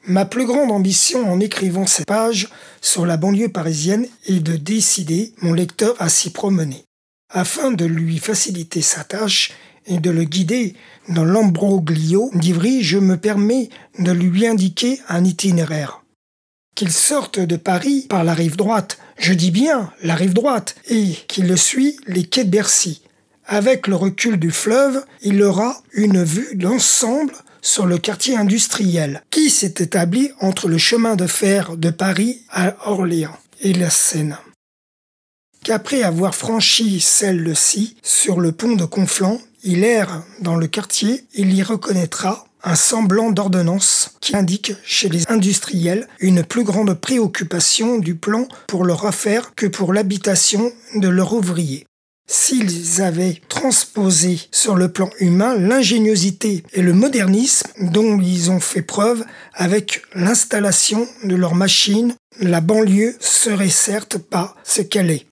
Ma plus grande ambition en écrivant cette page sur la banlieue parisienne est de décider mon lecteur à s'y promener. Afin de lui faciliter sa tâche et de le guider dans l'ambroglio d'Ivry, je me permets de lui indiquer un itinéraire. Qu'il sorte de Paris par la rive droite, je dis bien la rive droite, et qu'il suit les quais de Bercy. Avec le recul du fleuve, il aura une vue d'ensemble sur le quartier industriel qui s'est établi entre le chemin de fer de Paris à Orléans et la Seine. Qu'après avoir franchi celle-ci sur le pont de Conflans, il erre dans le quartier, il y reconnaîtra un semblant d'ordonnance qui indique chez les industriels une plus grande préoccupation du plan pour leur affaire que pour l'habitation de leurs ouvriers. S'ils avaient transposé sur le plan humain l'ingéniosité et le modernisme dont ils ont fait preuve avec l'installation de leurs machines, la banlieue serait certes pas ce qu'elle est.